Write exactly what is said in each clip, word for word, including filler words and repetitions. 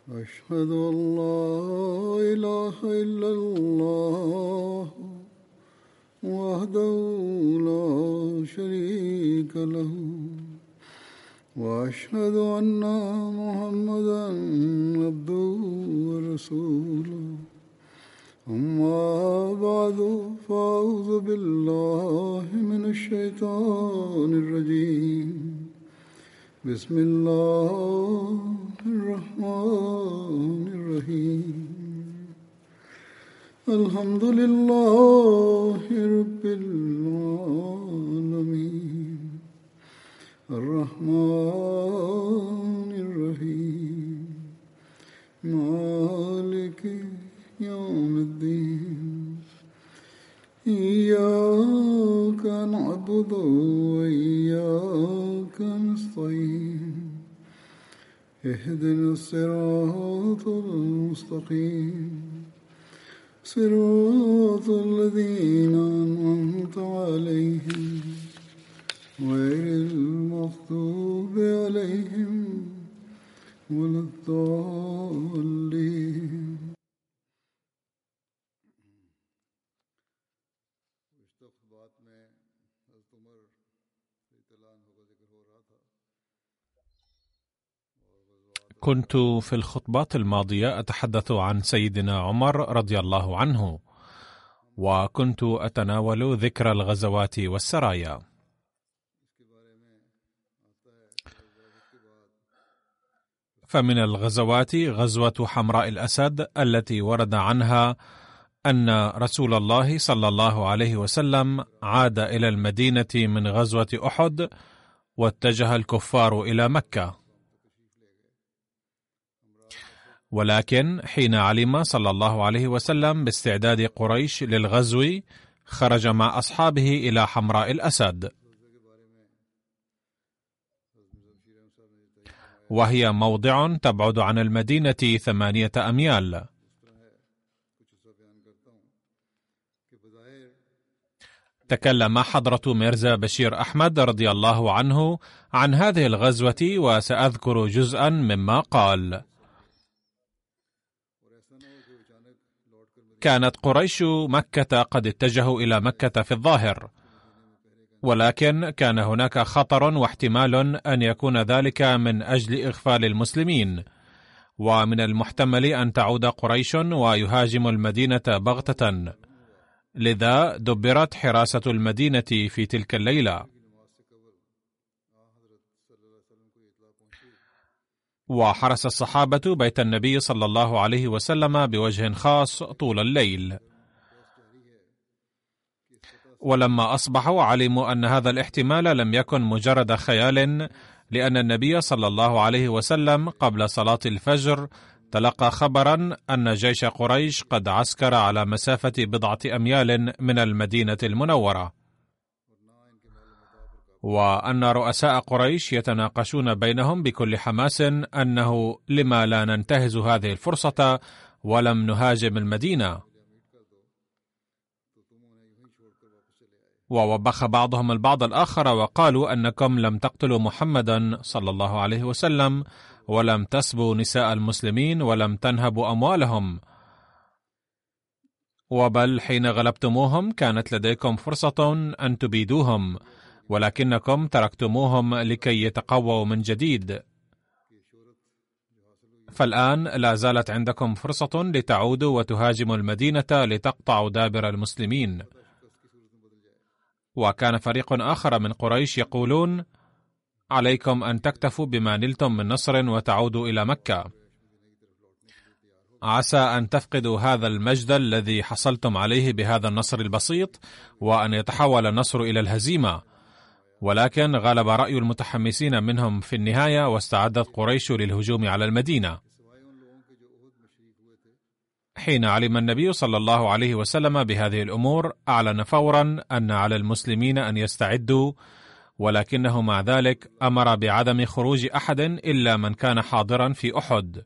أشهد أن لا إله إلا الله وحده لا شريك له وأشهد أن محمدا عبده ورسوله أما بعد فأعوذ بالله من الشيطان الرجيم بسم الله الرحمن الرحيم الحمد لله رب العالمين الرحمن الرحيم مالك يوم الدين إياك نعبد وإياك نستعين اهدنا الصراط المستقيم صراط الذين أنعمت عليهم غير المغضوب عليهم ولا الضالين. كنت في الخطبات الماضية أتحدث عن سيدنا عمر رضي الله عنه، وكنت أتناول ذكر الغزوات والسرايا. فمن الغزوات غزوة حمراء الأسد التي ورد عنها أن رسول الله صلى الله عليه وسلم عاد إلى المدينة من غزوة أحد، واتجه الكفار إلى مكة، ولكن حين علم صلى الله عليه وسلم باستعداد قريش للغزو خرج مع أصحابه إلى حمراء الأسد، وهي موضع تبعد عن المدينة ثمانية أميال. تكلم حضرة ميرزا بشير أحمد رضي الله عنه عن هذه الغزوة، وسأذكر جزءا مما قال. كانت قريش مكة قد اتجهوا إلى مكة في الظاهر، ولكن كان هناك خطر واحتمال أن يكون ذلك من أجل إغفال المسلمين، ومن المحتمل أن تعود قريش ويهاجم المدينة بغتة، لذا دبرت حراسة المدينة في تلك الليلة. وحرس الصحابة بيت النبي صلى الله عليه وسلم بوجه خاص طول الليل، ولما أصبحوا علموا أن هذا الاحتمال لم يكن مجرد خيال، لأن النبي صلى الله عليه وسلم قبل صلاة الفجر تلقى خبرا أن جيش قريش قد عسكر على مسافة بضعة أميال من المدينة المنورة، وأن رؤساء قريش يتناقشون بينهم بكل حماس أنه لما لا ننتهز هذه الفرصة ولم نهاجم المدينة. ووبخ بعضهم البعض الآخر وقالوا أنكم لم تقتلوا محمدا صلى الله عليه وسلم، ولم تسبوا نساء المسلمين، ولم تنهبوا أموالهم، وبل حين غلبتموهم كانت لديكم فرصة أن تبيدوهم، ولكنكم تركتموهم لكي يتقووا من جديد. فالآن لا زالت عندكم فرصة لتعودوا وتهاجموا المدينة لتقطعوا دابر المسلمين. وكان فريق آخر من قريش يقولون: عليكم أن تكتفوا بما نلتم من نصر وتعودوا إلى مكة، عسى أن تفقدوا هذا المجد الذي حصلتم عليه بهذا النصر البسيط، وأن يتحول النصر إلى الهزيمة. ولكن غلب رأي المتحمسين منهم في النهاية، واستعدت قريش للهجوم على المدينة. حين علم النبي صلى الله عليه وسلم بهذه الأمور أعلن فورا أن على المسلمين أن يستعدوا، ولكنه مع ذلك أمر بعدم خروج أحد إلا من كان حاضرا في أحد.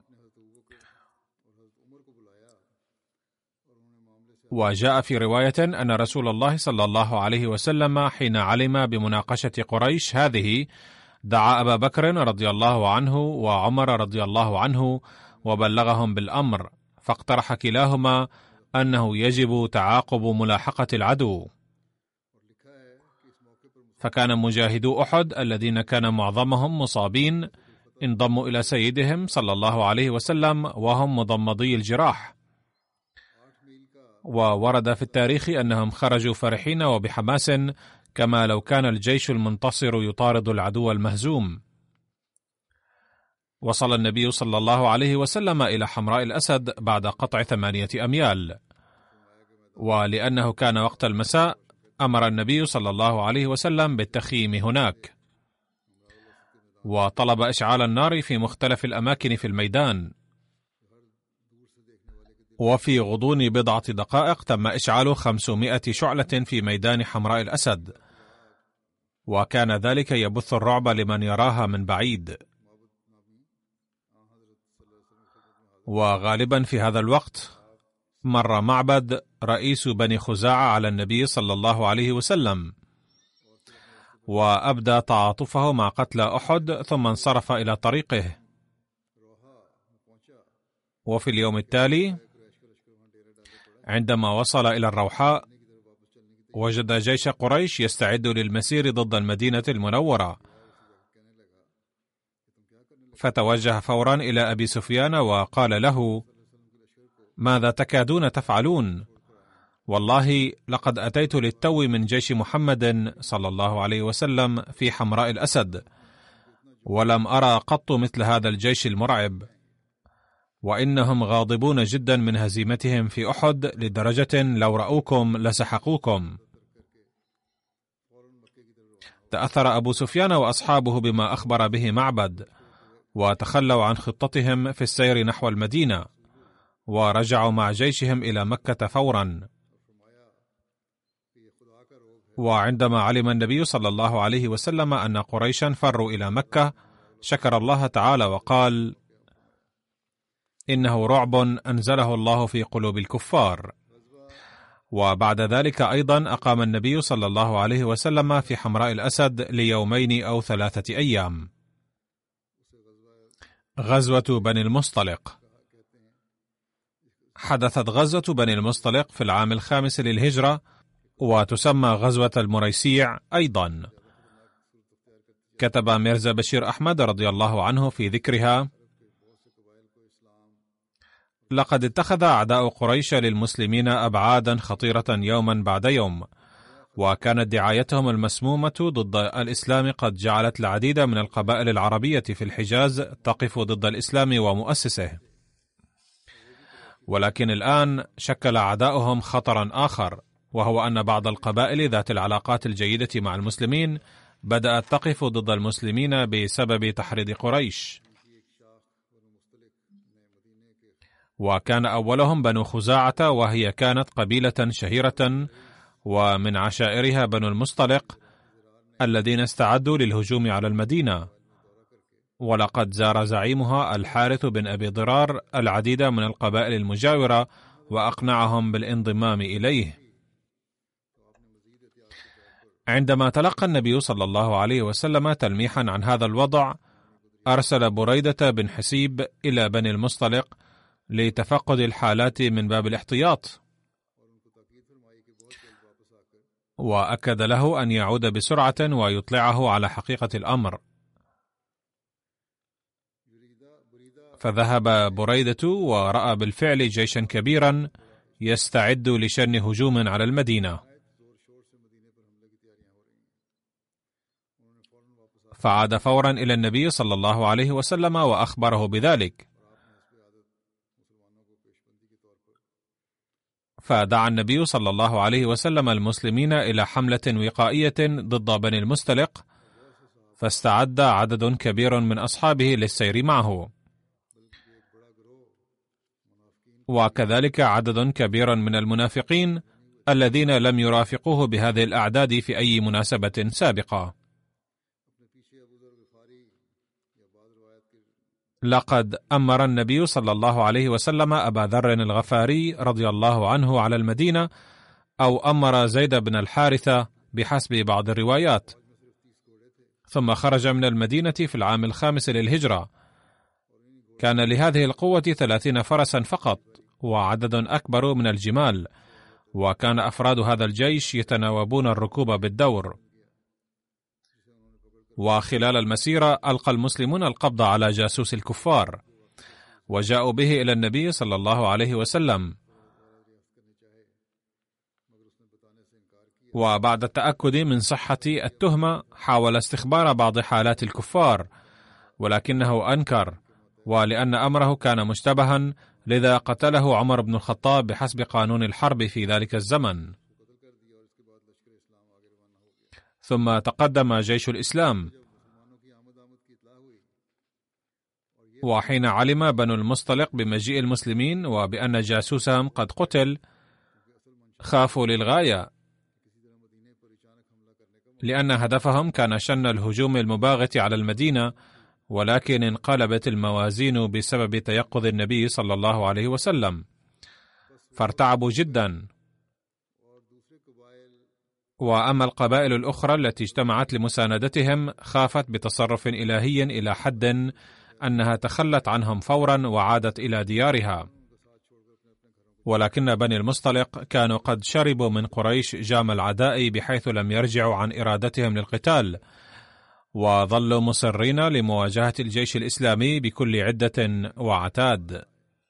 وجاء في رواية أن رسول الله صلى الله عليه وسلم حين علم بمناقشة قريش هذه دعا أبا بكر رضي الله عنه وعمر رضي الله عنه وبلغهم بالأمر، فاقترح كلاهما أنه يجب تعاقب ملاحقة العدو. فكان مجاهدو أحد الذين كان معظمهم مصابين انضموا إلى سيدهم صلى الله عليه وسلم وهم مضمضي الجراح، وورد في التاريخ أنهم خرجوا فرحين وبحماس كما لو كان الجيش المنتصر يطارد العدو المهزوم. وصل النبي صلى الله عليه وسلم إلى حمراء الأسد بعد قطع ثمانية أميال، ولأنه كان وقت المساء أمر النبي صلى الله عليه وسلم بالتخييم هناك، وطلب إشعال النار في مختلف الأماكن في الميدان. وفي غضون بضعة دقائق تم إشعال خمسمائة شعلة في ميدان حمراء الأسد، وكان ذلك يبث الرعب لمن يراها من بعيد. وغالبا في هذا الوقت مر معبد رئيس بني خزاعة على النبي صلى الله عليه وسلم، وأبدى تعاطفه مع قتلى أحد، ثم انصرف إلى طريقه. وفي اليوم التالي عندما وصل إلى الروحاء وجد جيش قريش يستعد للمسير ضد المدينة المنورة، فتوجه فورا إلى أبي سفيان وقال له: ماذا تكادون تفعلون؟ والله لقد أتيت للتو من جيش محمد صلى الله عليه وسلم في حمراء الأسد، ولم أرى قط مثل هذا الجيش المرعب، وإنهم غاضبون جدا من هزيمتهم في أحد لدرجة لو رأوكم لسحقوكم. تأثر أبو سفيان وأصحابه بما أخبر به معبد، وتخلوا عن خطتهم في السير نحو المدينة، ورجعوا مع جيشهم إلى مكة فورا. وعندما علم النبي صلى الله عليه وسلم أن قريشا فروا إلى مكة، شكر الله تعالى وقال: إنه رعب أنزله الله في قلوب الكفار. وبعد ذلك أيضا أقام النبي صلى الله عليه وسلم في حمراء الأسد ليومين أو ثلاثة أيام. غزوة بني المصطلق. حدثت غزوة بني المصطلق في العام الخامس للهجرة، وتسمى غزوة المريسيع أيضا. كتب ميرزا بشير أحمد رضي الله عنه في ذكرها: لقد اتخذ أعداء قريش للمسلمين أبعادا خطيرة يوما بعد يوم، وكانت دعايتهم المسمومة ضد الإسلام قد جعلت العديد من القبائل العربية في الحجاز تقف ضد الإسلام ومؤسسه. ولكن الآن شكل أعداؤهم خطرا آخر، وهو أن بعض القبائل ذات العلاقات الجيدة مع المسلمين بدأت تقف ضد المسلمين بسبب تحريض قريش. وكان أولهم بنو خزاعة، وهي كانت قبيلة شهيرة، ومن عشائرها بنو المصطلق الذين استعدوا للهجوم على المدينة. ولقد زار زعيمها الحارث بن أبي ضرار العديد من القبائل المجاورة وأقنعهم بالانضمام إليه. عندما تلقى النبي صلى الله عليه وسلم تلميحا عن هذا الوضع، أرسل بريدة بن حسيب إلى بني المصطلق لتفقد الحالات من باب الاحتياط، وأكد له أن يعود بسرعة ويطلعه على حقيقة الأمر. فذهب بريدة ورأى بالفعل جيشا كبيرا يستعد لشن هجوم على المدينة، فعاد فورا إلى النبي صلى الله عليه وسلم وأخبره بذلك. فدعا النبي صلى الله عليه وسلم المسلمين إلى حملة وقائية ضد بني المصطلق، فاستعد عدد كبير من أصحابه للسير معه، وكذلك عدد كبير من المنافقين الذين لم يرافقوه بهذه الأعداد في أي مناسبة سابقة. لقد أمر النبي صلى الله عليه وسلم أبا ذر الغفاري رضي الله عنه على المدينة، أو أمر زيد بن الحارثة بحسب بعض كان لهذه القوة ثلاثين فرسا فقط وعدد أكبر من الجمال، وكان أفراد هذا الجيش يتناوبون الركوب بالدور. وخلال المسيرة ألقى المسلمون القبض على جاسوس الكفار وجاءوا به إلى النبي صلى الله عليه وسلم، وبعد التأكد من صحة التهمة حاول استخبار بعض حالات الكفار، ولكنه أنكر، ولأن أمره كان مشتبها لذا قتله عمر بن الخطاب بحسب قانون الحرب في ذلك الزمن. ثم تقدم جيش الإسلام، وحين علم بنو المصطلق بمجيء المسلمين وبأن جاسوسهم قد قتل خافوا للغاية، لأن هدفهم كان شن الهجوم المباغت على المدينة، ولكن انقلبت الموازين بسبب تيقظ النبي صلى الله عليه وسلم، فارتعبوا جدا. وأما القبائل الأخرى التي اجتمعت لمساندتهم خافت بتصرف إلهي إلى حد أنها تخلت عنهم فورا وعادت إلى ديارها. ولكن بني المصطلق كانوا قد شربوا من قريش جام العداء بحيث لم يرجعوا عن إرادتهم للقتال، وظلوا مصرين لمواجهة الجيش الإسلامي بكل عدة وعتاد.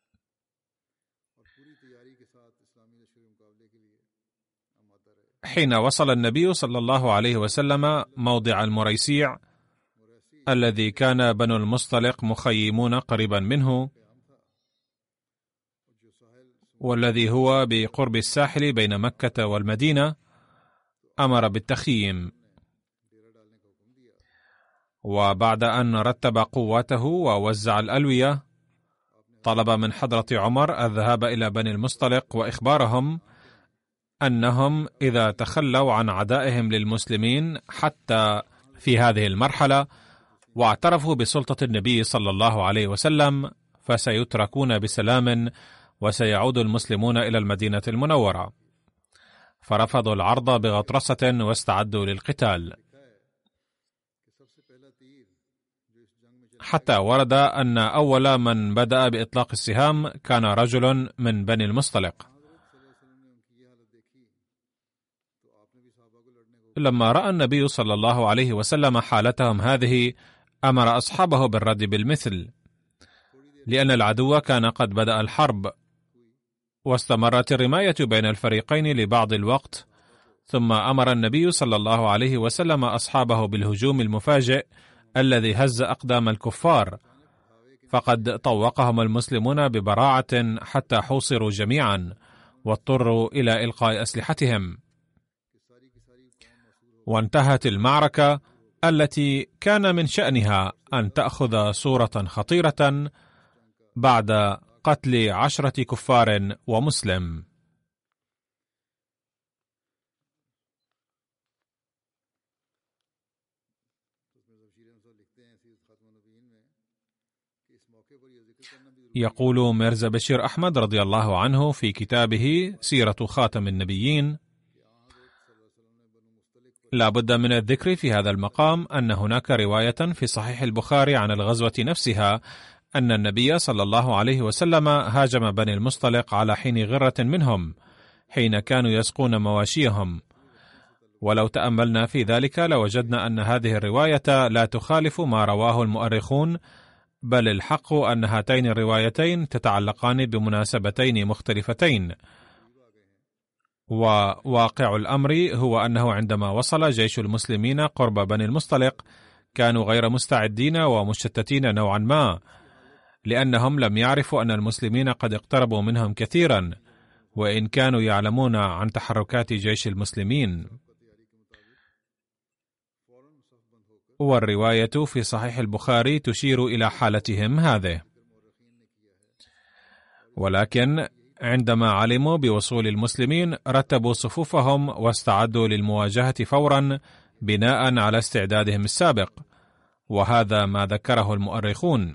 حين وصل النبي صلى الله عليه وسلم موضع المريسيع الذي كان بنو المصطلق مخيمون قريبا منه، والذي هو بقرب الساحل بين مكة والمدينة، أمر بالتخييم. وبعد أن رتب قواته ووزع الألوية طلب من حضرة عمر الذهاب إلى بني المصطلق وإخبارهم أنهم إذا تخلوا عن عدائهم للمسلمين حتى في هذه المرحلة واعترفوا بسلطة النبي صلى الله عليه وسلم فسيتركون بسلام وسيعود المسلمون إلى المدينة المنورة. فرفضوا العرض بغطرسة واستعدوا للقتال، حتى ورد أن أول من بدأ بإطلاق السهام كان رجل من بني المصطلق. لما رأى النبي صلى الله عليه وسلم حالتهم هذه أمر أصحابه بالرد بالمثل، لأن العدو كان قد بدأ الحرب، واستمرت الرماية بين الفريقين لبعض الوقت، ثم أمر النبي صلى الله عليه وسلم أصحابه بالهجوم المفاجئ الذي هز أقدام الكفار، فقد طوقهم المسلمون ببراعة حتى حوصروا جميعا واضطروا إلى إلقاء أسلحتهم. وانتهت المعركة التي كان من شأنها أن تأخذ صورة خطيرة بعد قتل عشرة كفار ومسلم. يقول ميرزا بشير أحمد رضي الله عنه في كتابه سيرة خاتم النبيين: لا بد من الذكر في هذا المقام أن هناك رواية في صحيح البخاري عن الغزوة نفسها أن النبي صلى الله عليه وسلم هاجم بني المصطلق على حين غرة منهم حين كانوا يسقون مواشيهم. ولو تأملنا في ذلك لوجدنا أن هذه الرواية لا تخالف ما رواه المؤرخون، بل الحق أن هاتين الروايتين تتعلقان بمناسبتين مختلفتين. وواقع الأمر هو أنه عندما وصل جيش المسلمين قرب بني المصطلق كانوا غير مستعدين ومشتتين نوعا ما، لأنهم لم يعرفوا أن المسلمين قد اقتربوا منهم كثيرا، وإن كانوا يعلمون عن تحركات جيش المسلمين. والرواية في صحيح البخاري تشير إلى حالتهم هذه. ولكن عندما علموا بوصول المسلمين رتبوا صفوفهم واستعدوا للمواجهة فورا بناء على استعدادهم السابق، وهذا ما ذكره المؤرخون.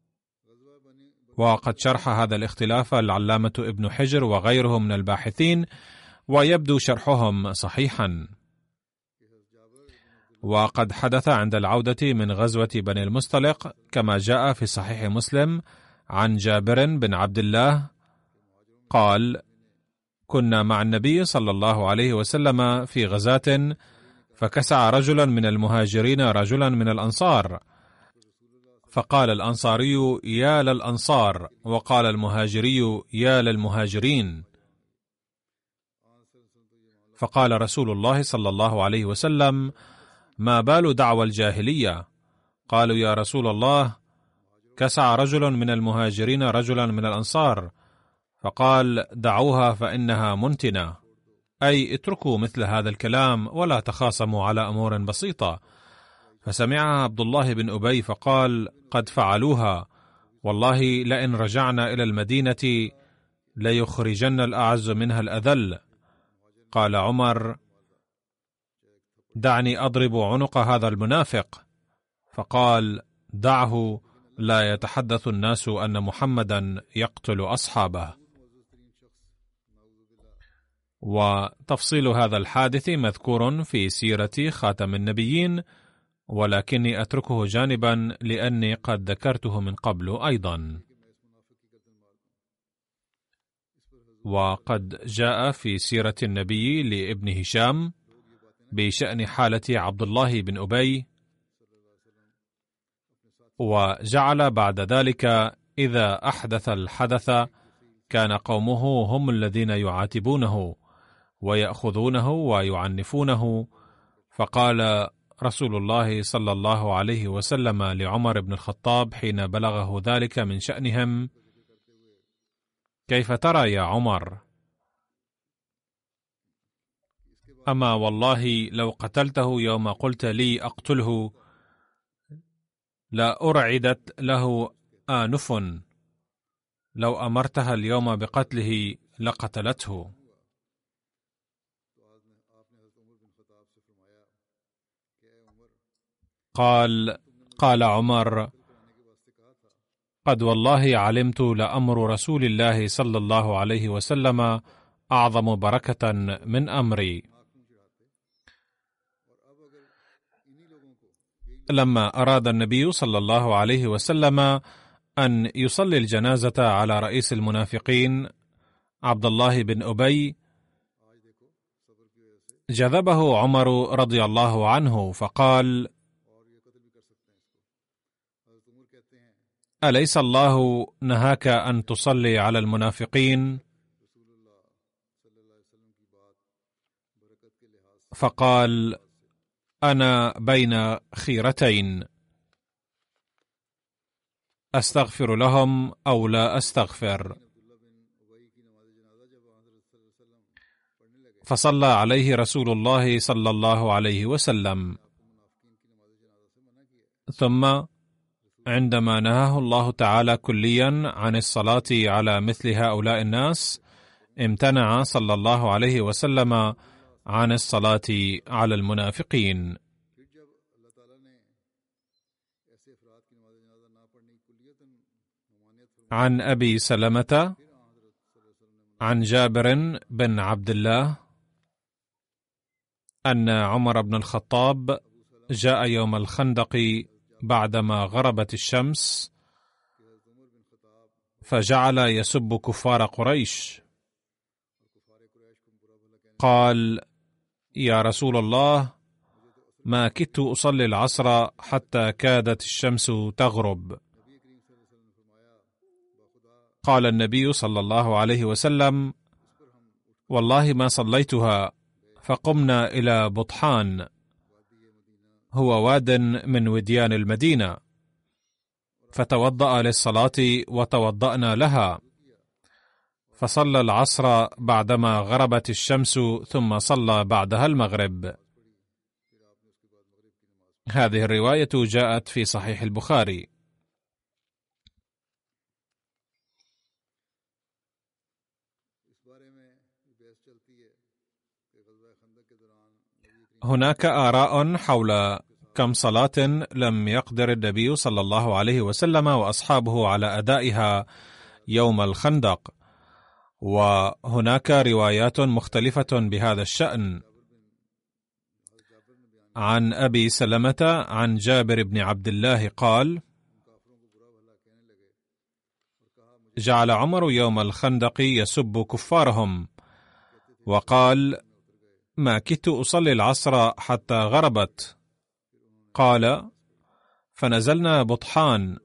وقد شرح هذا الاختلاف العلامة ابن حجر وغيره من الباحثين، ويبدو شرحهم صحيحا. وقد حدث عند العودة من غزوة بني المصطلق كما جاء في صحيح مسلم عن جابر بن عبد الله قال: كنا مع النبي صلى الله عليه وسلم في غزاة، فكسع رجلا من المهاجرين رجلا من الأنصار، فقال الأنصاري: يا للأنصار، وقال المهاجري: يا للمهاجرين. فقال رسول الله صلى الله عليه وسلم: ما بال دعوى الجاهلية؟ قالوا: يا رسول الله، كسع رجل من المهاجرين رجلا من الأنصار. فقال: دعوها فإنها منتنة، أي اتركوا مثل هذا الكلام ولا تخاصموا على أمور بسيطة. فسمعها عبد الله بن أبي فقال: قد فعلوها، والله لئن رجعنا إلى المدينة ليخرجن الأعز منها الأذل. قال عمر: دعني أضرب عنق هذا المنافق. فقال: دعه، لا يتحدث الناس أن محمدا يقتل أصحابه. وتفصيل هذا الحادث مذكور في سيرة خاتم النبيين، ولكني أتركه جانبا لأني قد ذكرته من قبل أيضا. وقد جاء في سيرة النبي لابن هشام بشأن حالة عبد الله بن أبي، وجعل بعد ذلك إذا أحدث الحدث كان قومه هم الذين يعاتبونه ويأخذونه ويعنفونه. فقال رسول الله صلى الله عليه وسلم لعمر بن الخطاب حين بلغه ذلك من شأنهم: كيف ترى يا عمر؟ أما والله لو قتلته يوم قلت لي أقتله لا أرعدت له آنف، لو أمرتها اليوم بقتله لقتلته. قال قال عمر: قد والله علمت لأمر رسول الله صلى الله عليه وسلم أعظم بركة من أمري. لما أراد النبي صلى الله عليه وسلم أن يصلي الجنازة على رئيس المنافقين عبد الله بن أبي، جذبه عمر رضي الله عنه فقال: أليس الله نهاك أن تصلي على المنافقين؟ فقال: أنا بين خيرتين، أستغفر لهم أو لا أستغفر. فصلى عليه رسول الله صلى الله عليه وسلم. ثم عندما نهاه الله تعالى كليا عن الصلاة على مثل هؤلاء الناس، امتنع صلى الله عليه وسلم عن الصلاة على المنافقين. عن أبي سلمة عن جابر بن عبد الله أن عمر بن الخطاب جاء يوم الخندق بعدما غربت الشمس، فجعل يسب كفار قريش. قال: يا رسول الله، ما كدت أصلي العصر حتى كادت الشمس تغرب. قال النبي صلى الله عليه وسلم: والله ما صليتها. فقمنا إلى بطحان، هو واد من وديان المدينة، فتوضأ للصلاة وتوضأنا لها، فصلى العصر بعدما غربت الشمس، ثم صلى بعدها المغرب. هذه الرواية جاءت في صحيح البخاري. هناك آراء حول كم صلاة لم يقدر النبي صلى الله عليه وسلم وأصحابه على أدائها يوم الخندق، وهناك روايات مختلفة بهذا الشأن. عن أبي سلمة عن جابر بن عبد الله قال: جعل عمر يوم الخندق يسب كفارهم، وقال: ما كدت أصلي العصر حتى غربت. قال: فنزلنا بطحان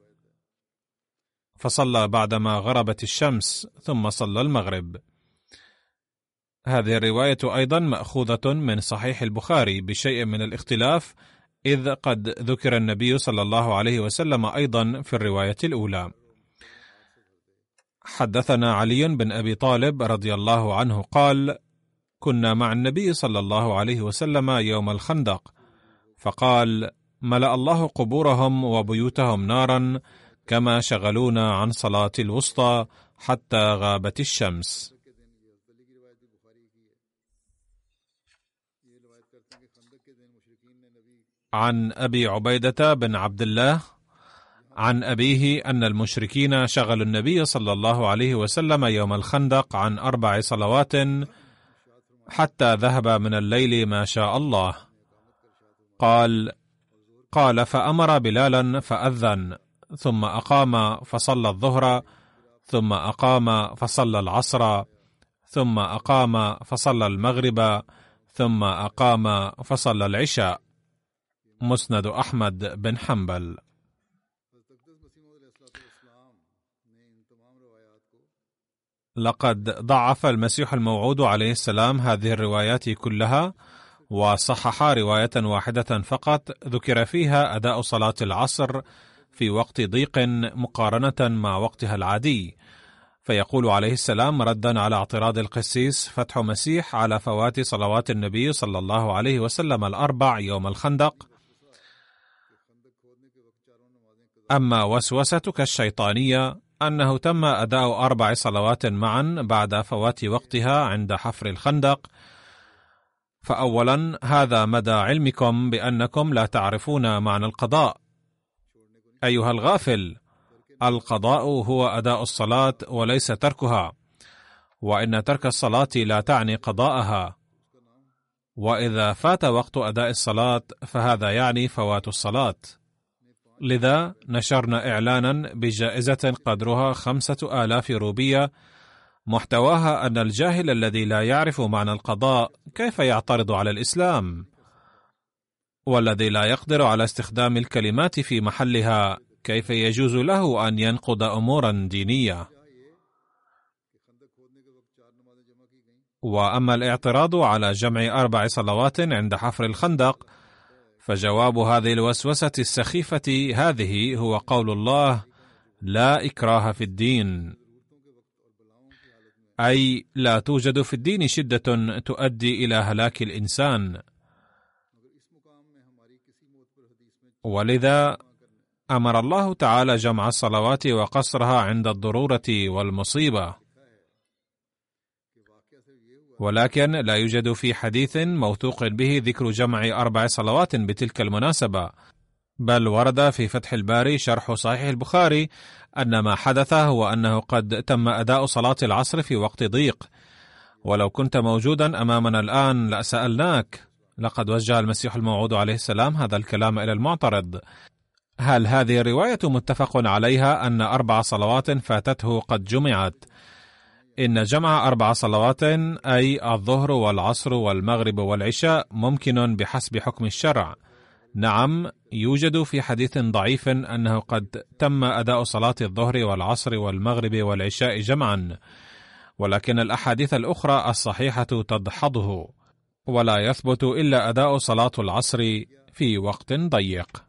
فصلى بعدما غربت الشمس ثم صلى المغرب. هذه الرواية أيضا مأخوذة من صحيح البخاري بشيء من الاختلاف، إذ قد ذكر النبي صلى الله عليه وسلم أيضا في الرواية الأولى. حدثنا علي بن أبي طالب رضي الله عنه قال: كنا مع النبي صلى الله عليه وسلم يوم الخندق، فقال: ملأ الله قبورهم وبيوتهم نارا كما شغلونا عن صلاة الوسطى حتى غابت الشمس. عن أبي عبيدة بن عبد الله عن أبيه أن المشركين شغلوا النبي صلى الله عليه وسلم يوم الخندق عن أربع صلوات حتى ذهب من الليل ما شاء الله. قال: قال فأمر بلالا فأذن، ثم أقام فصلى الظهر، ثم أقام فصلى العصر، ثم أقام فصلى المغرب، ثم أقام فصلى العشاء. مسند أحمد بن حنبل. لقد ضعف المسيح الموعود عليه السلام هذه الروايات كلها، وصحح رواية واحدة فقط ذكر فيها أداء صلاة العصر في وقت ضيق مقارنة مع وقتها العادي، فيقول عليه السلام ردا على اعتراض القسيس فتح مسيح على فوات صلوات النبي صلى الله عليه وسلم الأربع يوم الخندق: أما وسوستك الشيطانية أنه تم أداء أربع صلوات معا بعد فوات وقتها عند حفر الخندق، فأولا هذا مدى علمكم بأنكم لا تعرفون معنى القضاء. أيها الغافل، القضاء هو أداء الصلاة وليس تركها، وإن ترك الصلاة لا تعني قضاءها، وإذا فات وقت أداء الصلاة فهذا يعني فوات الصلاة. لذا نشرنا إعلانا بجائزة قدرها خمسة آلاف روبية، محتواها أن الجاهل الذي لا يعرف معنى القضاء كيف يعترض على الإسلام، والذي لا يقدر على استخدام الكلمات في محلها كيف يجوز له أن ينقض أمورا دينية. وأما الاعتراض على جمع أربع صلوات عند حفر الخندق، فجواب هذه الوسوسة السخيفة هذه هو قول الله: لا إكراه في الدين، أي لا توجد في الدين شدة تؤدي إلى هلاك الإنسان. ولذا أمر الله تعالى جمع الصلوات وقصرها عند الضرورة والمصيبة، ولكن لا يوجد في حديث موثوق به ذكر جمع أربع صلوات بتلك المناسبة، بل ورد في فتح الباري شرح صحيح البخاري أن ما حدث هو أنه قد تم أداء صلاة العصر في وقت ضيق، ولو كنت موجودا أمامنا الآن لسألناك. لقد وجه المسيح الموعود عليه السلام هذا الكلام إلى المعترض: هل هذه الرواية متفق عليها أن أربع صلوات فاتته قد جمعت؟ إن جمع أربع صلوات أي الظهر والعصر والمغرب والعشاء ممكن بحسب حكم الشرع. نعم، يوجد في حديث ضعيف أنه قد تم أداء صلاة الظهر والعصر والمغرب والعشاء جمعا، ولكن الأحاديث الأخرى الصحيحة تدحضه، ولا يثبت إلا أداء صلاة العصر في وقت ضيق.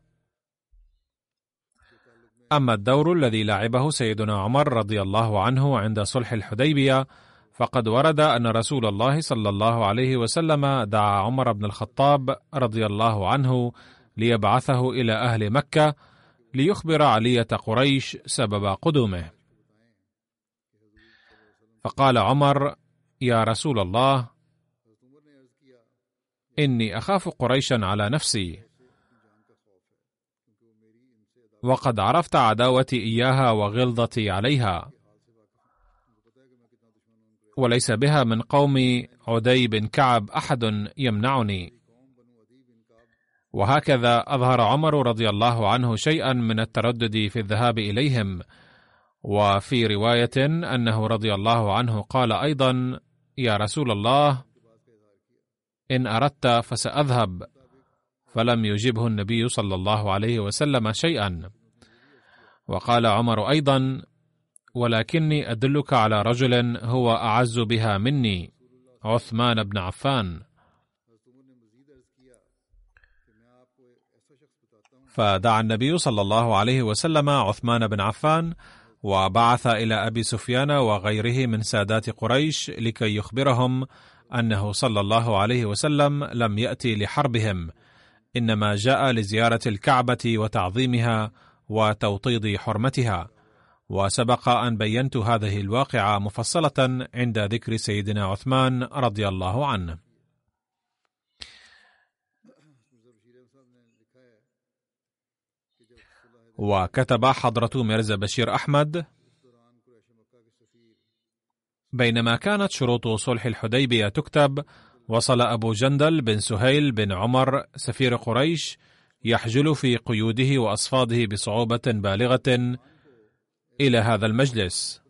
أما الدور الذي لعبه سيدنا عمر رضي الله عنه عند صلح الحديبية، فقد ورد أن رسول الله صلى الله عليه وسلم دعا عمر بن الخطاب رضي الله عنه ليبعثه إلى أهل مكة ليخبر علية قريش سبب قدومه، فقال عمر: يا رسول الله، إني أخاف قريشا على نفسي، وقد عرفت عداوتي إياها وغلظتي عليها، وليس بها من قوم عدي بن كعب أحد يمنعني، وهكذا أظهر عمر رضي الله عنه شيئا من التردد في الذهاب إليهم. وفي رواية أنه رضي الله عنه قال أيضا: يا رسول الله، إن أردت فسأذهب، فلم يجبه النبي صلى الله عليه وسلم شيئا. وقال عمر أيضا: ولكني أدلك على رجل هو أعز بها مني، عثمان بن عفان. فدعا النبي صلى الله عليه وسلم عثمان بن عفان، وبعث إلى أبي سفيان وغيره من سادات قريش لكي يخبرهم أنه صلى الله عليه وسلم لم يأتي لحربهم، إنما جاء لزيارة الكعبة وتعظيمها وتوطيد حرمتها. وسبق أن بينت هذه الواقعة مفصلة عند ذكر سيدنا عثمان رضي الله عنه. وكتب حضرة ميرزا بشير أحمد: بينما كانت شروط صلح الحديبية تكتب، وصل أبو جندل بن سهيل بن عمر سفير قريش يحجل في قيوده وأصفاده بصعوبة بالغة إلى هذا المجلس.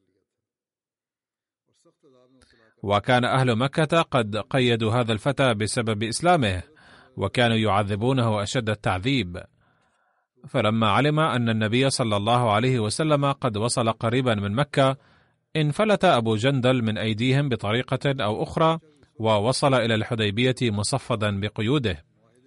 وكان أهل مكة قد قيدوا هذا الفتى بسبب إسلامه، وكانوا يعذبونه أشد التعذيب. فلما علم أن النبي صلى الله عليه وسلم قد وصل قريبا من مكة، انفلت أبو جندل من أيديهم بطريقة أو أخرى، ووصل إلى الحديبية مصفدا بقيوده.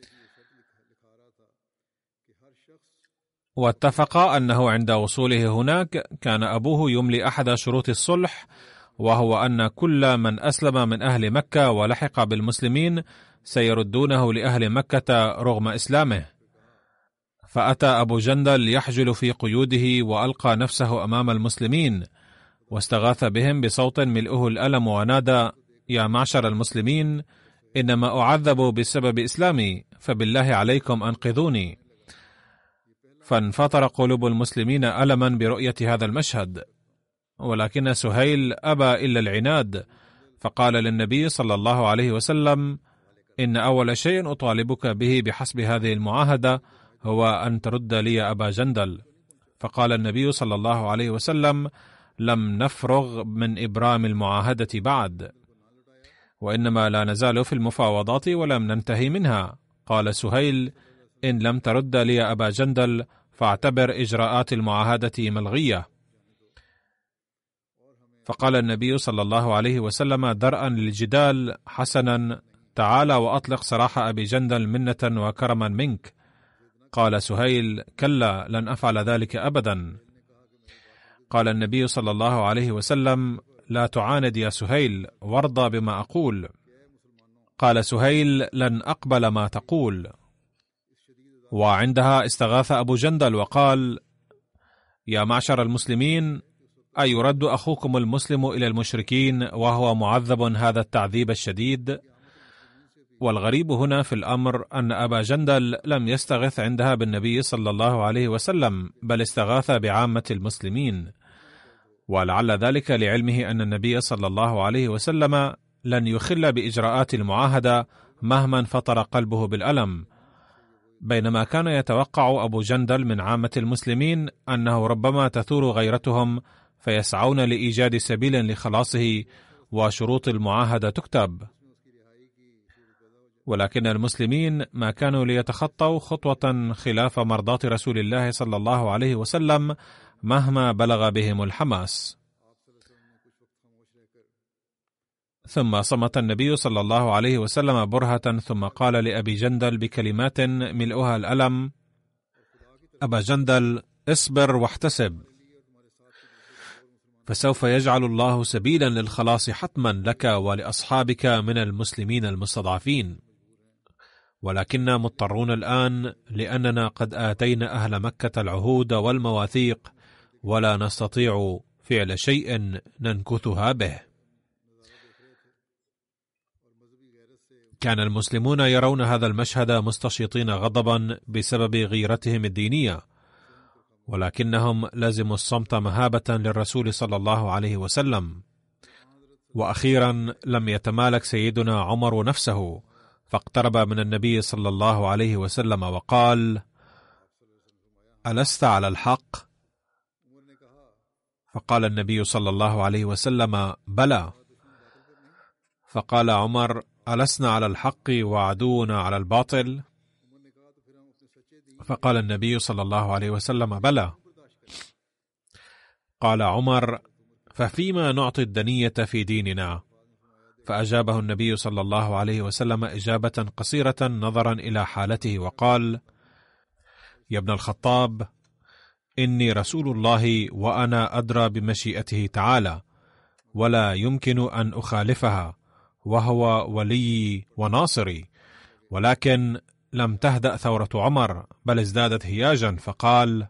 واتفق أنه عند وصوله هناك كان أبوه يملي أحد شروط الصلح، وهو أن كل من أسلم من أهل مكة ولحق بالمسلمين سيردونه لأهل مكة رغم إسلامه. فأتى أبو جندل يحجل في قيوده، وألقى نفسه أمام المسلمين، واستغاث بهم بصوت ملؤه الألم، ونادى: يا معشر المسلمين، إنما أعذب بسبب إسلامي، فبالله عليكم أنقذوني. فانفطر قلوب المسلمين ألما برؤية هذا المشهد، ولكن سهيل أبى إلا العناد، فقال للنبي صلى الله عليه وسلم: إن أول شيء أطالبك به بحسب هذه المعاهدة هو أن ترد لي أبا جندل. فقال النبي صلى الله عليه وسلم: لم نفرغ من إبرام المعاهدة بعد، وإنما لا نزال في المفاوضات ولم ننتهي منها. قال سهيل: إن لم ترد لي أبا جندل فاعتبر إجراءات المعاهدة ملغية. فقال النبي صلى الله عليه وسلم درءا للجدال: حسنا، تعال وأطلق سراح أبي جندل منة وكرما منك. قال سهيل: كلا، لن أفعل ذلك أبدا. قال النبي صلى الله عليه وسلم: لا تعاند يا سهيل، وارضى بما أقول. قال سهيل: لن أقبل ما تقول. وعندها استغاث أبو جندل وقال: يا معشر المسلمين، أيرد أخوكم المسلم إلى المشركين وهو معذب هذا التعذيب الشديد؟ والغريب هنا في الأمر أن أبا جندل لم يستغث عندها بالنبي صلى الله عليه وسلم، بل استغاث بعامة المسلمين، ولعل ذلك لعلمه أن النبي صلى الله عليه وسلم لن يخل بإجراءات المعاهدة مهما انفطر قلبه بالألم، بينما كان يتوقع أبو جندل من عامة المسلمين أنه ربما تثور غيرتهم فيسعون لإيجاد سبيل لخلاصه وشروط المعاهدة تكتب. ولكن المسلمين ما كانوا ليتخطوا خطوة خلاف مرضاة رسول الله صلى الله عليه وسلم مهما بلغ بهم الحماس. ثم صمت النبي صلى الله عليه وسلم برهة، ثم قال لأبي جندل بكلمات ملؤها الألم: أبا جندل، اصبر واحتسب، فسوف يجعل الله سبيلا للخلاص حتما لك ولأصحابك من المسلمين المستضعفين، ولكننا مضطرون الآن لأننا قد آتينا أهل مكة العهود والمواثيق، ولا نستطيع فعل شيء ننكثها به. كان المسلمون يرون هذا المشهد مستشيطين غضبا بسبب غيرتهم الدينية، ولكنهم لزموا الصمت مهابة للرسول صلى الله عليه وسلم. وأخيرا لم يتمالك سيدنا عمر نفسه، فاقترب من النبي صلى الله عليه وسلم وقال: ألست على الحق؟ فقال النبي صلى الله عليه وسلم: بلى. فقال عمر: ألسنا على الحق وعدونا على الباطل؟ فقال النبي صلى الله عليه وسلم: بلى. قال عمر: ففيما نعطي الدنية في ديننا؟ فأجابه النبي صلى الله عليه وسلم إجابة قصيرة نظرا إلى حالته وقال: يا ابن الخطاب، إني رسول الله وأنا أدرى بمشيئته تعالى، ولا يمكن أن أخالفها، وهو ولي وناصري. ولكن لم تهدأ ثورة عمر، بل ازدادت هياجا، فقال: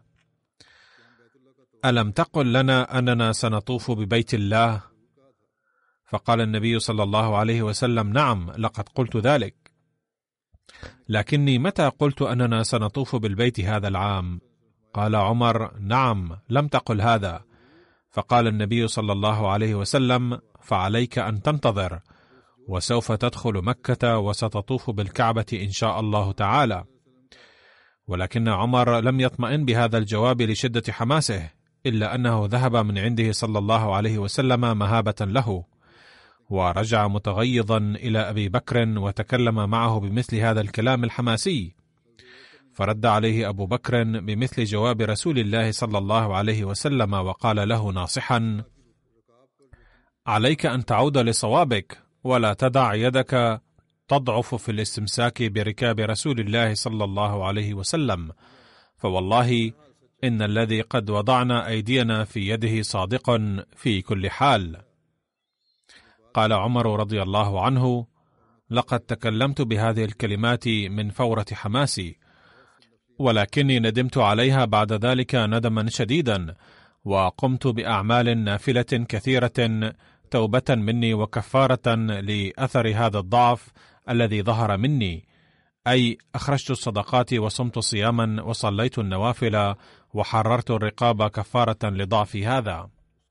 ألم تقل لنا أننا سنطوف ببيت الله؟ فقال النبي صلى الله عليه وسلم: نعم، لقد قلت ذلك، لكني متى قلت أننا سنطوف بالبيت هذا العام؟ قال عمر: نعم، لم تقل هذا. فقال النبي صلى الله عليه وسلم: فعليك أن تنتظر، وسوف تدخل مكة وستطوف بالكعبة إن شاء الله تعالى. ولكن عمر لم يطمئن بهذا الجواب لشدة حماسه، إلا أنه ذهب من عنده صلى الله عليه وسلم مهابة له، ورجع متغيظا إلى أبي بكر وتكلم معه بمثل هذا الكلام الحماسي، فرد عليه أبو بكر بمثل جواب رسول الله صلى الله عليه وسلم، وقال له ناصحا: عليك أن تعود لصوابك، ولا تدع يدك تضعف في الاستمساك بركاب رسول الله صلى الله عليه وسلم، فوالله إن الذي قد وضعنا أيدينا في يده صادق في كل حال. قال عمر رضي الله عنه: لقد تكلمت بهذه الكلمات من فورة حماسي، ولكني ندمت عليها بعد ذلك ندما شديدا، وقمت بأعمال نافلة كثيرة توبة مني وكفارة لأثر هذا الضعف الذي ظهر مني، أي أخرجت الصدقات وصمت صياما وصليت النوافل وحررت الرقاب كفارة لضعفي هذا.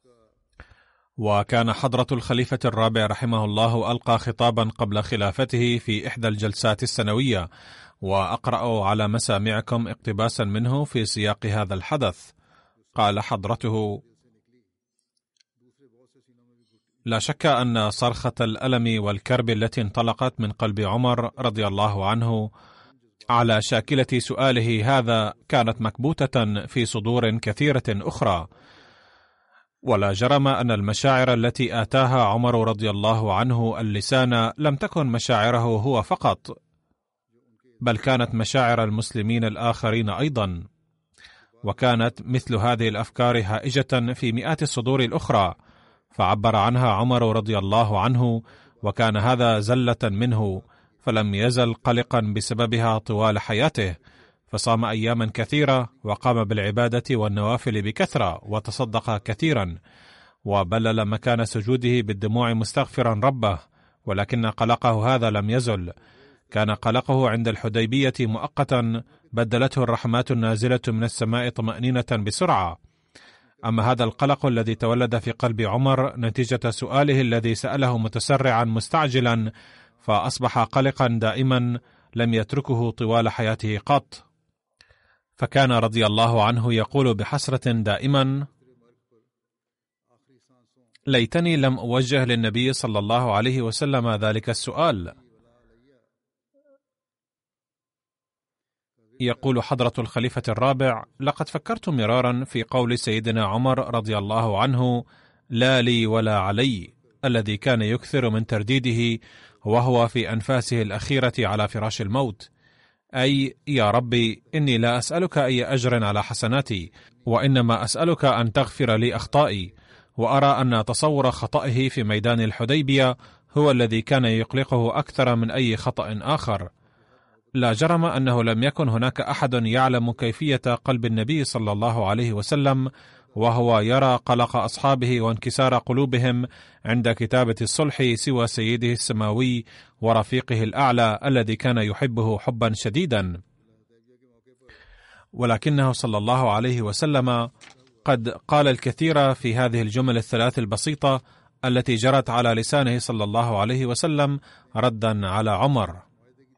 وكان حضرة الخليفة الرابع رحمه الله ألقى خطابا قبل خلافته في إحدى الجلسات السنوية، وأقرأ على مسامعكم اقتباسا منه في سياق هذا الحدث. قال حضرته: لا شك أن صرخة الألم والكرب التي انطلقت من قلب عمر رضي الله عنه على شاكلة سؤاله هذا كانت مكبوتة في صدور كثيرة أخرى، ولا جرم أن المشاعر التي آتاها عمر رضي الله عنه اللسان لم تكن مشاعره هو فقط، بل كانت مشاعر المسلمين الآخرين أيضا، وكانت مثل هذه الأفكار هائجة في مئات الصدور الأخرى، فعبر عنها عمر رضي الله عنه، وكان هذا زلة منه، فلم يزل قلقا بسببها طوال حياته، فصام أياما كثيرة، وقام بالعبادة والنوافل بكثرة، وتصدق كثيرا، وبلل مكان سجوده بالدموع مستغفرا ربه، ولكن قلقه هذا لم يزل. كان قلقه عند الحديبية مؤقتا، بدلته الرحمات النازلة من السماء طمأنينة بسرعة. أما هذا القلق الذي تولد في قلب عمر نتيجة سؤاله الذي سأله متسرعا مستعجلا، فأصبح قلقا دائما لم يتركه طوال حياته قط. فكان رضي الله عنه يقول بحسرة دائما: ليتني لم أوجه للنبي صلى الله عليه وسلم ذلك السؤال. يقول حضرة الخليفة الرابع: لقد فكرت مرارا في قول سيدنا عمر رضي الله عنه: لا لي ولا علي، الذي كان يكثر من ترديده وهو في أنفاسه الأخيرة على فراش الموت، أي: يا ربي، إني لا أسألك أي أجر على حسناتي، وإنما أسألك أن تغفر لي أخطائي. وأرى أن تصور خطئه في ميدان الحديبية هو الذي كان يقلقه أكثر من أي خطأ آخر. لا جرم أنه لم يكن هناك أحد يعلم كيفية قلب النبي صلى الله عليه وسلم، وهو يرى قلق أصحابه وانكسار قلوبهم عند كتابة الصلح سوى سيده السماوي ورفيقه الأعلى الذي كان يحبه حبا شديدا. ولكنه صلى الله عليه وسلم قد قال الكثير في هذه الجمل الثلاث البسيطة التي جرت على لسانه صلى الله عليه وسلم ردا على عمر.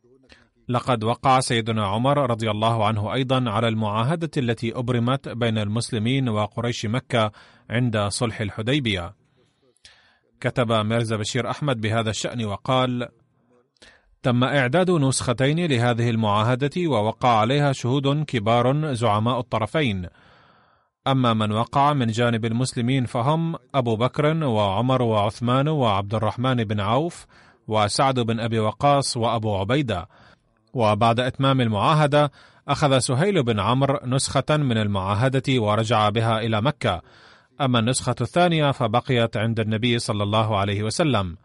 لقد وقع سيدنا عمر رضي الله عنه أيضا على المعاهدة التي أبرمت بين المسلمين وقريش مكة عند صلح الحديبية. كتب ميرزا بشير أحمد بهذا الشأن وقال: تم إعداد نسختين لهذه المعاهدة ووقع عليها شهود كبار زعماء الطرفين. أما من وقع من جانب المسلمين فهم أبو بكر وعمر وعثمان وعبد الرحمن بن عوف وسعد بن أبي وقاص وأبو عبيدة. وبعد إتمام المعاهدة أخذ سهيل بن عمرو نسخة من المعاهدة ورجع بها إلى مكة، أما النسخة الثانية فبقيت عند النبي صلى الله عليه وسلم.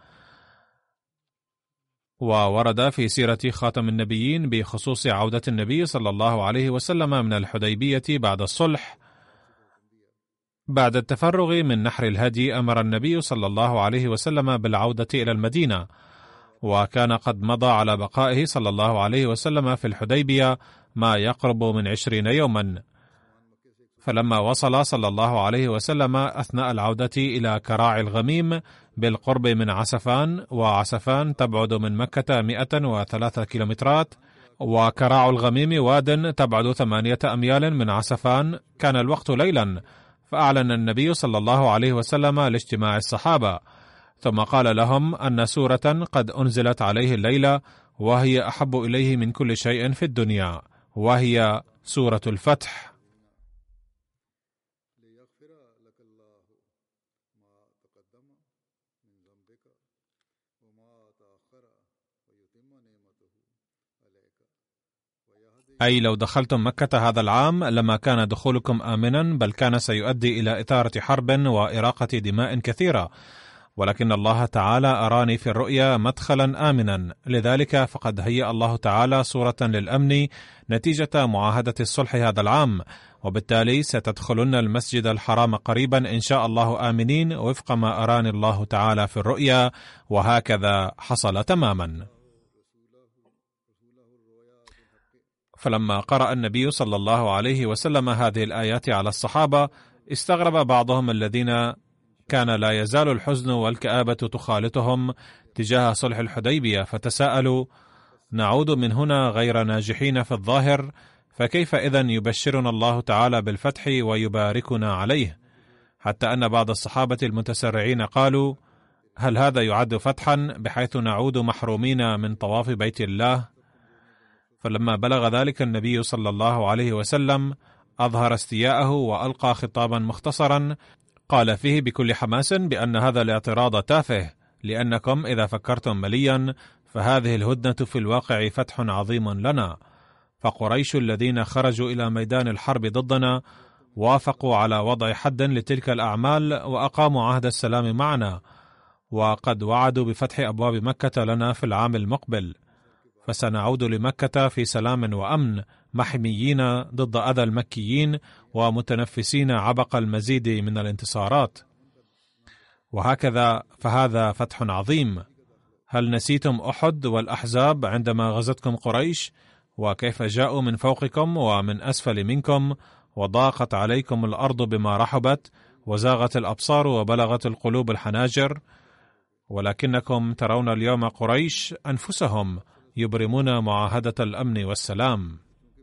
وورد في سيرة خاتم النبيين بخصوص عودة النبي صلى الله عليه وسلم من الحديبية بعد الصلح: بعد التفرغ من نحر الهدي أمر النبي صلى الله عليه وسلم بالعودة إلى المدينة، وكان قد مضى على بقائه صلى الله عليه وسلم في الحديبية ما يقرب من عشرين يوما. فلما وصل صلى الله عليه وسلم أثناء العودة إلى كراع الغميم بالقرب من عسفان، وعسفان تبعد من مكة مئة وثلاثة كيلومترات، وكراع الغميم واد تبعد ثمانية أميال من عسفان، كان الوقت ليلا، فأعلن النبي صلى الله عليه وسلم لاجتماع الصحابة، ثم قال لهم أن سورة قد أنزلت عليه الليلة وهي أحب إليه من كل شيء في الدنيا، وهي سورة الفتح. أي لو دخلتم مكة هذا العام لما كان دخولكم آمنا، بل كان سيؤدي إلى إثارة حرب وإراقة دماء كثيرة، ولكن الله تعالى أراني في الرؤيا مدخلا آمنا، لذلك فقد هيأ الله تعالى صورة للأمن نتيجة معاهدة الصلح هذا العام، وبالتالي ستدخلن المسجد الحرام قريبا إن شاء الله آمنين وفق ما أراني الله تعالى في الرؤيا، وهكذا حصل تماما. فلما قرأ النبي صلى الله عليه وسلم هذه الآيات على الصحابة استغرب بعضهم الذين كان لا يزال الحزن والكآبة تخالطهم تجاه صلح الحديبية، فتساءلوا: نعود من هنا غير ناجحين في الظاهر، فكيف إذن يبشرنا الله تعالى بالفتح ويباركنا عليه؟ حتى أن بعض الصحابة المتسرعين قالوا: هل هذا يعد فتحا بحيث نعود محرومين من طواف بيت الله؟ فلما بلغ ذلك النبي صلى الله عليه وسلم أظهر استياءه وألقى خطابا مختصرا قال فيه بكل حماس بأن هذا الاعتراض تافه، لأنكم إذا فكرتم مليا فهذه الهدنة في الواقع فتح عظيم لنا، فقريش الذين خرجوا إلى ميدان الحرب ضدنا وافقوا على وضع حد لتلك الأعمال وأقاموا عهد السلام معنا، وقد وعدوا بفتح أبواب مكة لنا في العام المقبل، فسنعود لمكة في سلام وأمن محميين ضد أذى المكيين ومتنفسين عبق المزيد من الانتصارات. وهكذا فهذا فتح عظيم. هل نسيتم أحد والأحزاب عندما غزتكم قريش، وكيف جاءوا من فوقكم ومن أسفل منكم، وضاقت عليكم الأرض بما رحبت، وزاغت الأبصار وبلغت القلوب الحناجر، ولكنكم ترون اليوم قريش أنفسهم يبرمون معاهدة الأمن والسلام.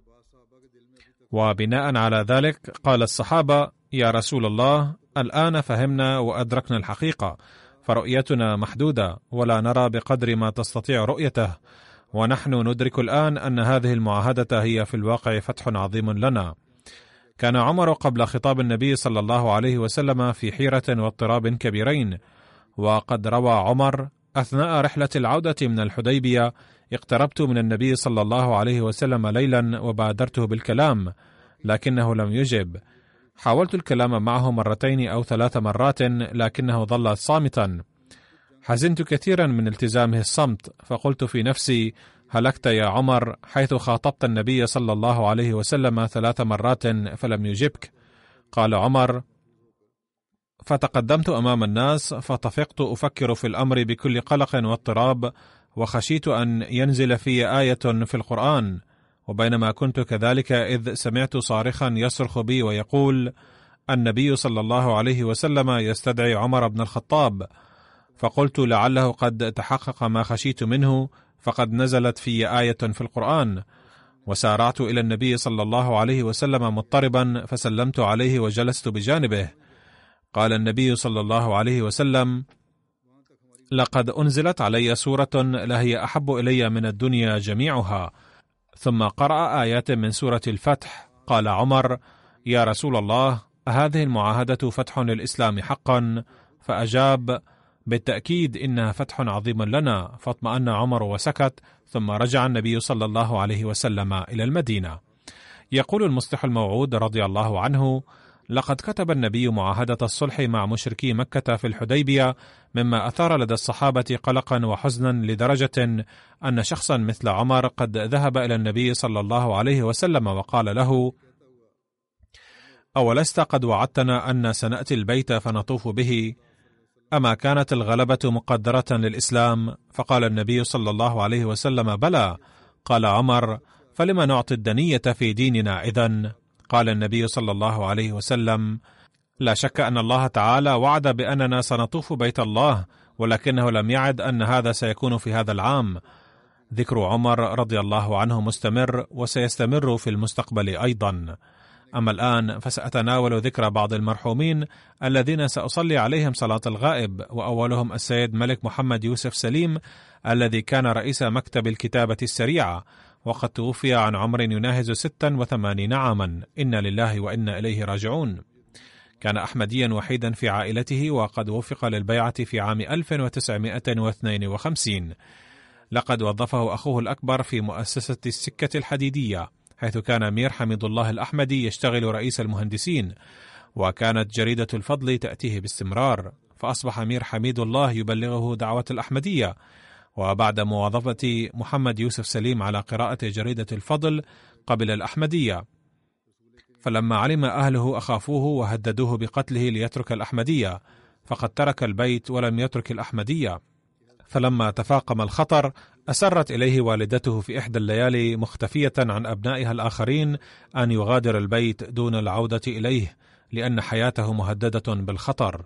وبناء على ذلك قال الصحابة: يا رسول الله، الآن فهمنا وأدركنا الحقيقة، فرؤيتنا محدودة ولا نرى بقدر ما تستطيع رؤيته، ونحن ندرك الآن أن هذه المعاهدة هي في الواقع فتح عظيم لنا. كان عمر قبل خطاب النبي صلى الله عليه وسلم في حيرة واضطراب كبيرين، وقد روى عمر: أثناء رحلة العودة من الحديبية اقتربت من النبي صلى الله عليه وسلم ليلا وبادرته بالكلام، لكنه لم يجب. حاولت الكلام معه مرتين أو ثلاث مرات لكنه ظل صامتا. حزنت كثيرا من التزامه الصمت، فقلت في نفسي: هلكت يا عمر، حيث خاطبت النبي صلى الله عليه وسلم ثلاث مرات فلم يجبك. قال عمر: فتقدمت أمام الناس فطفقت أفكر في الأمر بكل قلق واضطراب، وخشيت أن ينزل في آية في القرآن، وبينما كنت كذلك إذ سمعت صارخا يصرخ بي ويقول: النبي صلى الله عليه وسلم يستدعي عمر بن الخطاب. فقلت لعله قد تحقق ما خشيت منه، فقد نزلت في آية في القرآن: وسارعت إلى النبي صلى الله عليه وسلم مضطربا فسلمت عليه وجلست بجانبه. قال النبي صلى الله عليه وسلم: لقد أنزلت علي سورة لهي أحب إلي من الدنيا جميعها. ثم قرأ آيات من سورة الفتح. قال عمر: يا رسول الله، هذه المعاهدة فتح للإسلام حقا؟ فأجاب: بالتأكيد إنها فتح عظيم لنا. فاطمأن عمر وسكت، ثم رجع النبي صلى الله عليه وسلم إلى المدينة. يقول المصلح الموعود رضي الله عنه: لقد كتب النبي معاهدة الصلح مع مشركي مكة في الحديبية، مما أثار لدى الصحابة قلقا وحزنا لدرجة أن شخصا مثل عمر قد ذهب إلى النبي صلى الله عليه وسلم وقال له: أولست قد وعدتنا أن سنأتي البيت فنطوف به؟ أما كانت الغلبة مقدرة للإسلام؟ فقال النبي صلى الله عليه وسلم: بلى. قال عمر: فلما نعطي الدنية في ديننا إذن؟ قال النبي صلى الله عليه وسلم: لا شك أن الله تعالى وعد بأننا سنطوف بيت الله، ولكنه لم يعد أن هذا سيكون في هذا العام. ذكر عمر رضي الله عنه مستمر وسيستمر في المستقبل أيضا. أما الآن فسأتناول ذكر بعض المرحومين الذين سأصلي عليهم صلاة الغائب، وأولهم السيد ملك محمد يوسف سليم الذي كان رئيس مكتب الكتابة السريعة، وقد توفي عن عمر يناهز ستا وثمانين عاما. إنا لله وإنا إليه راجعون. كان أحمديا وحيدا في عائلته، وقد وفق للبيعة في عام ألف وتسعمائة واثنين وخمسين. لقد وظفه أخوه الأكبر في مؤسسة السكة الحديدية، حيث كان مير حميد الله الأحمدي يشتغل رئيس المهندسين، وكانت جريدة الفضل تأتيه باستمرار، فأصبح مير حميد الله يبلغه دعوة الأحمدية. وبعد موظفة محمد يوسف سليم على قراءة جريدة الفضل قبل الأحمدية، فلما علم أهله أخافوه وهددوه بقتله ليترك الأحمدية، فقد ترك البيت ولم يترك الأحمدية. فلما تفاقم الخطر أسرت إليه والدته في إحدى الليالي مختفية عن أبنائها الآخرين أن يغادر البيت دون العودة إليه، لأن حياته مهددة بالخطر.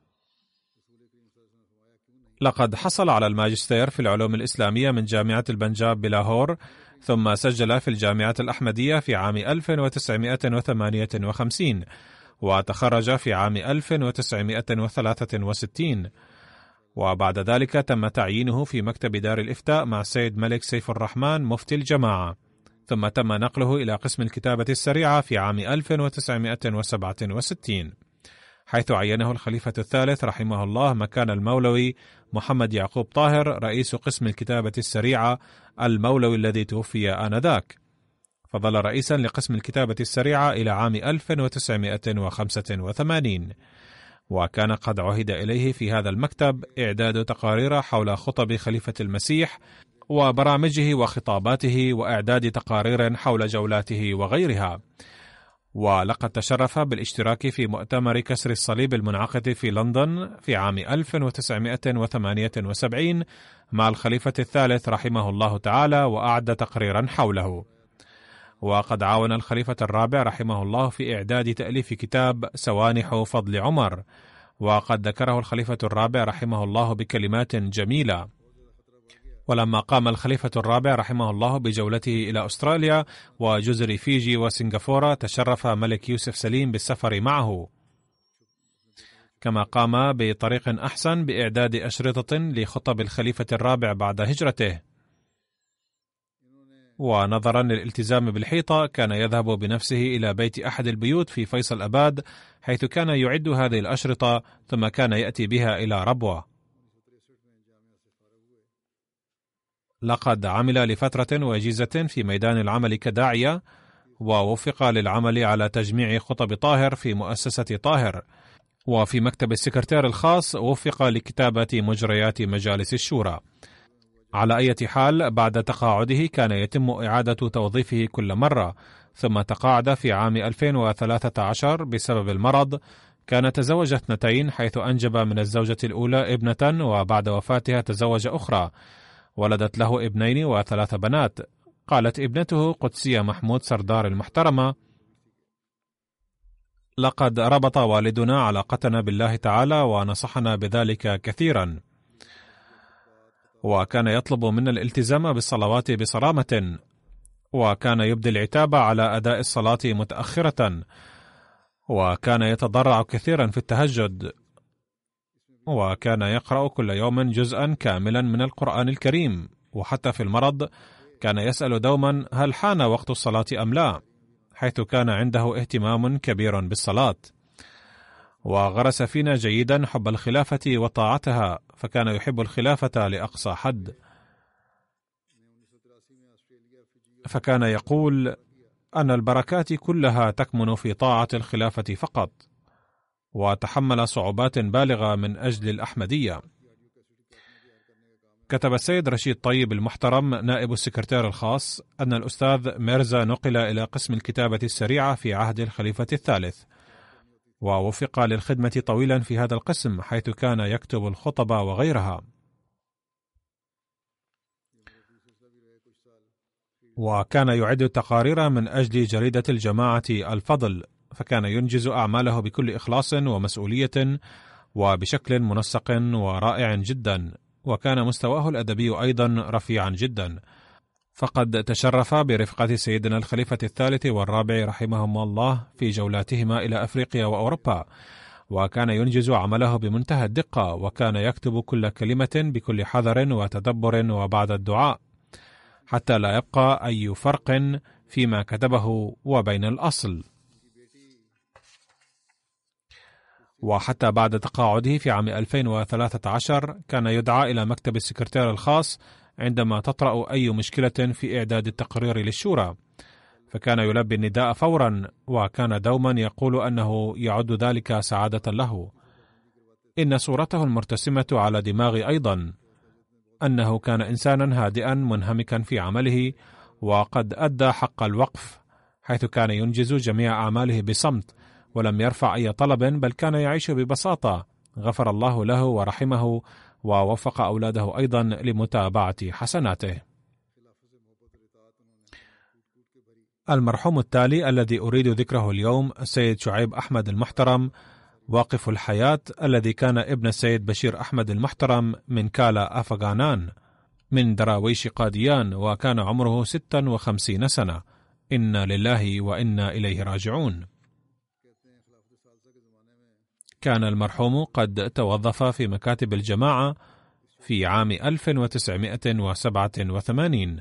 لقد حصل على الماجستير في العلوم الإسلامية من جامعة البنجاب بلاهور، ثم سجل في الجامعة الأحمدية في عام ألف وتسعمائة وثمانية وخمسين، وتخرج في عام ألف وتسعمائة وثلاثة وستين. وبعد ذلك تم تعيينه في مكتب دار الإفتاء مع السيد ملك سيف الرحمن مفتي الجماعة، ثم تم نقله إلى قسم الكتابة السريعة في عام ألف وتسعمائة وسبعة وستين، حيث عينه الخليفة الثالث رحمه الله مكان المولوي محمد يعقوب طاهر رئيس قسم الكتابة السريعة، المولوي الذي توفي آنذاك، فظل رئيسا لقسم الكتابة السريعة إلى عام ألف وتسعمائة وخمسة وثمانين. وكان قد عهد إليه في هذا المكتب إعداد تقارير حول خطب خليفة المسيح وبرامجه وخطاباته، وإعداد تقارير حول جولاته وغيرها. ولقد تشرف بالاشتراك في مؤتمر كسر الصليب المنعقد في لندن في عام ألف وتسعمائة وثمانية وسبعين مع الخليفة الثالث رحمه الله تعالى، وأعد تقريرا حوله. وقد عاون الخليفة الرابع رحمه الله في إعداد تأليف كتاب سوانح فضل عمر، وقد ذكره الخليفة الرابع رحمه الله بكلمات جميلة. ولما قام الخليفة الرابع رحمه الله بجولته إلى أستراليا وجزر فيجي وسنغافورة، تشرف ملك يوسف سليم بالسفر معه، كما قام بطريق أحسن بإعداد أشرطة لخطب الخليفة الرابع بعد هجرته. ونظرا للالتزام بالحيطة كان يذهب بنفسه إلى بيت أحد البيوت في فيصل أباد، حيث كان يعد هذه الأشرطة، ثم كان يأتي بها إلى ربوة. لقد عمل لفترة وجيزة في ميدان العمل كداعية، ووفق للعمل على تجميع خطب طاهر في مؤسسة طاهر، وفي مكتب السكرتير الخاص وفق لكتابة مجريات مجالس الشورى. على أي حال، بعد تقاعده كان يتم إعادة توظيفه كل مرة، ثم تقاعد في عام ألفين وثلاثة عشر بسبب المرض. كان تزوج اثنتين، حيث أنجب من الزوجة الأولى ابنة، وبعد وفاتها تزوج أخرى، ولدت له ابنين وثلاث بنات. قالت ابنته قدسية محمود سردار المحترمة: لقد ربط والدنا علاقتنا بالله تعالى ونصحنا بذلك كثيرا. وكان يطلب منا الالتزام بالصلوات بصرامة، وكان يبدي العتاب على أداء الصلاة متأخرة، وكان يتضرع كثيرا في التهجد، وكان يقرأ كل يوم جزءا كاملا من القرآن الكريم، وحتى في المرض كان يسأل دوما هل حان وقت الصلاة أم لا، حيث كان عنده اهتمام كبير بالصلاة. وغرس فينا جيدا حب الخلافة وطاعتها، فكان يحب الخلافة لأقصى حد، فكان يقول أن البركات كلها تكمن في طاعة الخلافة فقط، وتحمل صعوبات بالغة من أجل الأحمدية. كتب السيد رشيد طيب المحترم نائب السكرتير الخاص أن الأستاذ ميرزا نقل إلى قسم الكتابة السريعة في عهد الخليفة الثالث، ووفق للخدمة طويلا في هذا القسم، حيث كان يكتب الخطب وغيرها، وكان يعد تقارير من أجل جريدة الجماعة الفضل، فكان ينجز أعماله بكل إخلاص ومسؤولية وبشكل منسق ورائع جدا، وكان مستواه الأدبي أيضا رفيعا جدا، فقد تشرف برفقة سيدنا الخليفة الثالث والرابع رحمهم الله في جولاتهما إلى أفريقيا وأوروبا، وكان ينجز عمله بمنتهى الدقة، وكان يكتب كل كلمة بكل حذر وتدبر وبعد الدعاء، حتى لا يبقى أي فرق فيما كتبه وبين الأصل. وحتى بعد تقاعده في عام ألفين وثلاثة عشر كان يدعى إلى مكتب السكرتير الخاص عندما تطرأ أي مشكلة في إعداد التقرير للشورى، فكان يلبي النداء فورا، وكان دوما يقول أنه يعد ذلك سعادة له. إن صورته المرتسمة على دماغي أيضا أنه كان إنسانا هادئا منهمكا في عمله، وقد أدى حق الوقف، حيث كان ينجز جميع أعماله بصمت، ولم يرفع أي طلب، بل كان يعيش ببساطة، غفر الله له ورحمه، ووفق أولاده أيضا لمتابعة حسناته. المرحوم التالي الذي أريد ذكره اليوم السيد شعيب أحمد المحترم، واقف الحياة، الذي كان ابن السيد بشير أحمد المحترم من كالا أفغانان من دراويش قاديان، وكان عمره ستة وخمسين سنة. إنا لله وإنا إليه راجعون. كان المرحوم قد توظف في مكاتب الجماعة في عام ألف وتسعمائة وسبعة وثمانين،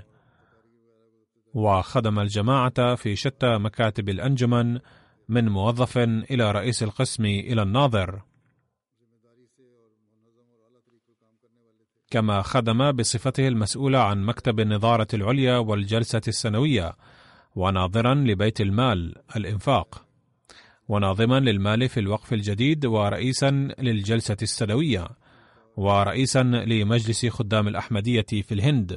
وخدم الجماعة في شتى مكاتب الأنجمن، من موظف إلى رئيس القسم إلى الناظر، كما خدم بصفته المسؤول عن مكتب النظارة العليا والجلسة السنوية، وناظرا لبيت المال الإنفاق، وناظما للمال في الوقف الجديد، ورئيسا للجلسة السنوية، ورئيسا لمجلس خدام الأحمدية في الهند،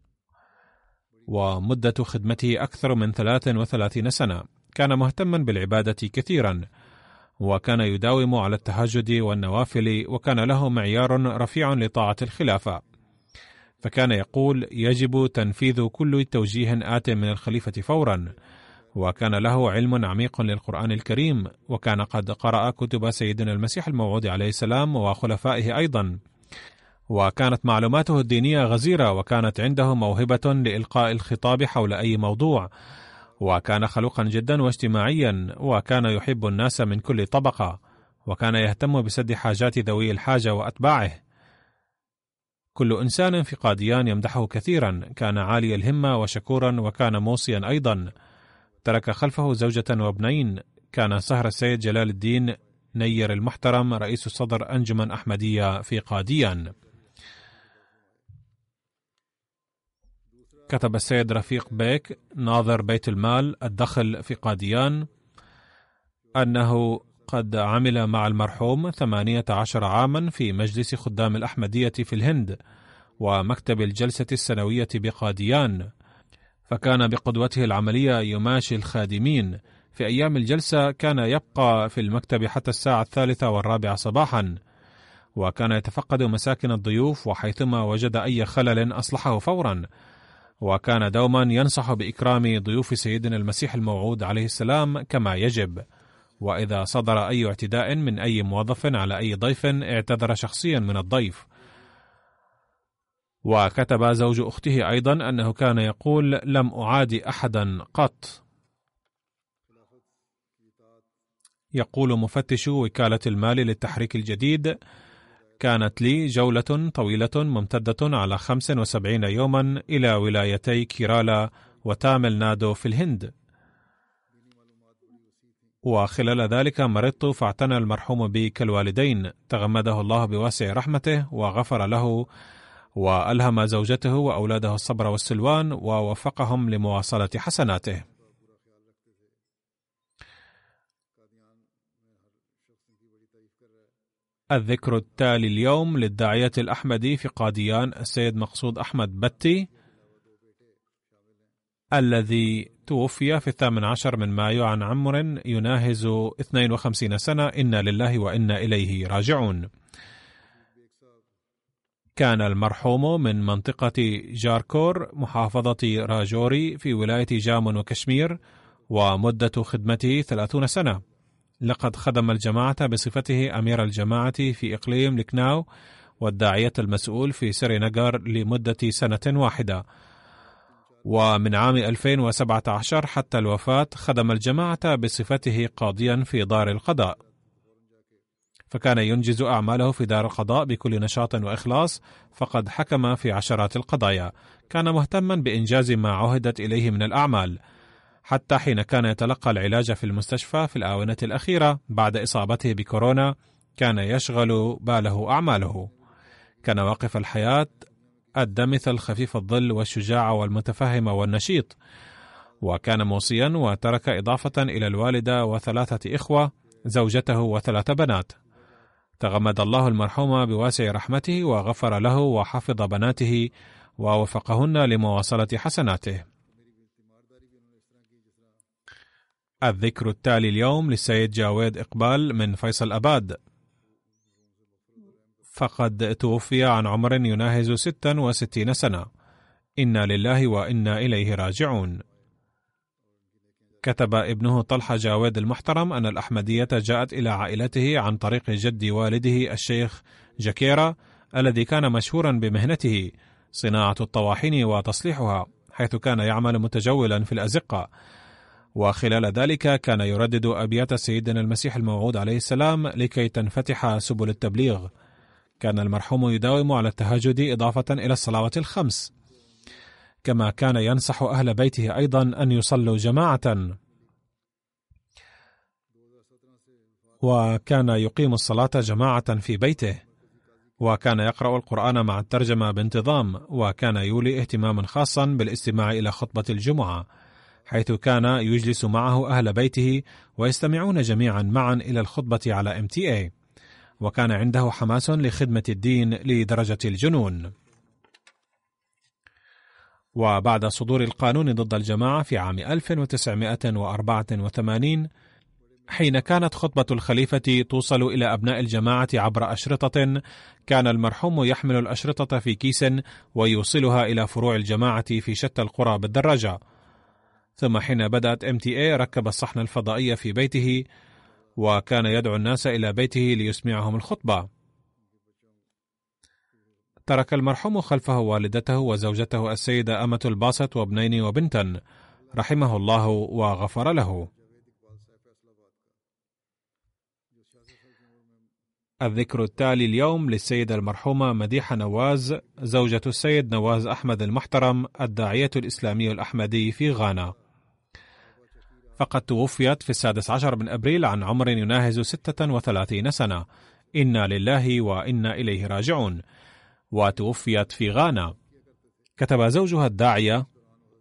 ومدة خدمته أكثر من ثلاث وثلاثين سنة. كان مهتما بالعبادة كثيرا، وكان يداوم على التهجد والنوافل، وكان له معيار رفيع لطاعة الخلافة، فكان يقول يجب تنفيذ كل توجيه آت من الخليفة فورا، وكان له علم عميق للقرآن الكريم، وكان قد قرأ كتب سيدنا المسيح الموعود عليه السلام وخلفائه أيضا، وكانت معلوماته الدينية غزيرة، وكانت عنده موهبة لإلقاء الخطاب حول أي موضوع، وكان خلوقا جدا واجتماعيا، وكان يحب الناس من كل طبقة، وكان يهتم بسد حاجات ذوي الحاجة وأتباعه. كل إنسان في قاديان يمدحه كثيرا، كان عالي الهمة وشكورا، وكان موصيا أيضا، ترك خلفه زوجة وابنين. كان سهر السيد جلال الدين نير المحترم رئيس صدر أنجمن أحمدية في قاديان. كتب السيد رفيق بيك ناظر بيت المال الدخل في قاديان أنه قد عمل مع المرحوم ثمانية عشر عاما في مجلس خدام الأحمدية في الهند ومكتب الجلسة السنوية بقاديان، فكان بقدوته العملية يماشي الخادمين. في أيام الجلسة كان يبقى في المكتب حتى الساعة الثالثة والرابعة صباحا، وكان يتفقد مساكن الضيوف، وحيثما وجد أي خلل أصلحه فورا، وكان دوما ينصح بإكرام ضيوف سيدنا المسيح الموعود عليه السلام كما يجب، وإذا صدر أي اعتداء من أي موظف على أي ضيف اعتذر شخصيا من الضيف. وكتب زوج أخته أيضا أنه كان يقول: لم أعادي أحدا قط. يقول مفتش وكالة المال للتحريك الجديد: كانت لي جولة طويلة ممتدة على خمس وسبعين يوما إلى ولايتي كيرالا وتامل نادو في الهند، وخلال ذلك مرضت فاعتنى المرحوم بي كالوالدين، تغمده الله بواسع رحمته وغفر له، وألهم زوجته وأولاده الصبر والسلوان ووفقهم لمواصلة حسناته. الذكر التالي اليوم للداعية الأحمدي في قاديان السيد مقصود أحمد بتي، الذي توفي في الثامن عشر من مايو عن عمر يناهز اثنين وخمسين سنة. إنا لله وإنا إليه راجعون. كان المرحوم من منطقة جاركور محافظة راجوري في ولاية جامون وكشمير، ومدة خدمته ثلاثون سنة. لقد خدم الجماعة بصفته أمير الجماعة في إقليم لكناو والداعية المسؤول في سرينغر لمدة سنة واحدة، ومن عام ألفين وسبعة عشر حتى الوفاة خدم الجماعة بصفته قاضيا في دار القضاء، فكان ينجز أعماله في دار القضاء بكل نشاط وإخلاص، فقد حكم في عشرات القضايا. كان مهتما بإنجاز ما عهدت إليه من الأعمال، حتى حين كان يتلقى العلاج في المستشفى في الآونة الأخيرة بعد إصابته بكورونا كان يشغل باله أعماله. كان واقف الحياة الدمثل خفيف الظل والشجاع والمتفهم والنشيط، وكان موصيا وترك إضافة إلى الوالدة وثلاثة إخوة، زوجته وثلاث بنات. تغمد الله المرحوم بواسع رحمته وغفر له وحفظ بناته ووفقهن لمواصلة حسناته. الذكر التالي اليوم للسيد جاويد إقبال من فيصل أباد، فقد توفي عن عمر يناهز ستة وستين سنة. إنا لله وإنا إليه راجعون. كتب ابنه طلحة جاويد المحترم أن الأحمدية جاءت إلى عائلته عن طريق جد والده الشيخ جاكيرا، الذي كان مشهورا بمهنته صناعة الطواحين وتصليحها، حيث كان يعمل متجولا في الأزقة، وخلال ذلك كان يردد أبيات سيدنا المسيح الموعود عليه السلام لكي تنفتح سبل التبليغ. كان المرحوم يداوم على التهجد إضافة إلى الصلوات الخمس، كما كان ينصح أهل بيته أيضا أن يصلوا جماعة، وكان يقيم الصلاة جماعة في بيته، وكان يقرأ القرآن مع الترجمة بانتظام، وكان يولي اهتماما خاصا بالاستماع إلى خطبة الجمعة، حيث كان يجلس معه أهل بيته ويستمعون جميعا معا إلى الخطبة على إم تي إيه، وكان عنده حماس لخدمة الدين لدرجة الجنون. وبعد صدور القانون ضد الجماعة في عام ألف وتسعمائة وأربعة وثمانين، حين كانت خطبة الخليفة توصل إلى أبناء الجماعة عبر أشرطة، كان المرحوم يحمل الأشرطة في كيس ويوصلها إلى فروع الجماعة في شتى القرى بالدراجة. ثم حين بدأت إم تي إيه ركب الصحن الفضائي في بيته، وكان يدعو الناس إلى بيته ليسمعهم الخطبة. ترك المرحوم خلفه والدته وزوجته السيدة أمة الباسط وابنين وبنتا، رحمه الله وغفر له. الذكر التالي اليوم للسيدة المرحومة مديحة نواز، زوجة السيد نواز أحمد المحترم الداعية الإسلامي الأحمدي في غانا، فقد توفيت في السادس عشر من أبريل عن عمر يناهز ستة وثلاثين سنة. إنا لله وإنا إليه راجعون. وتوفيت في غانا. كتب زوجها الداعية: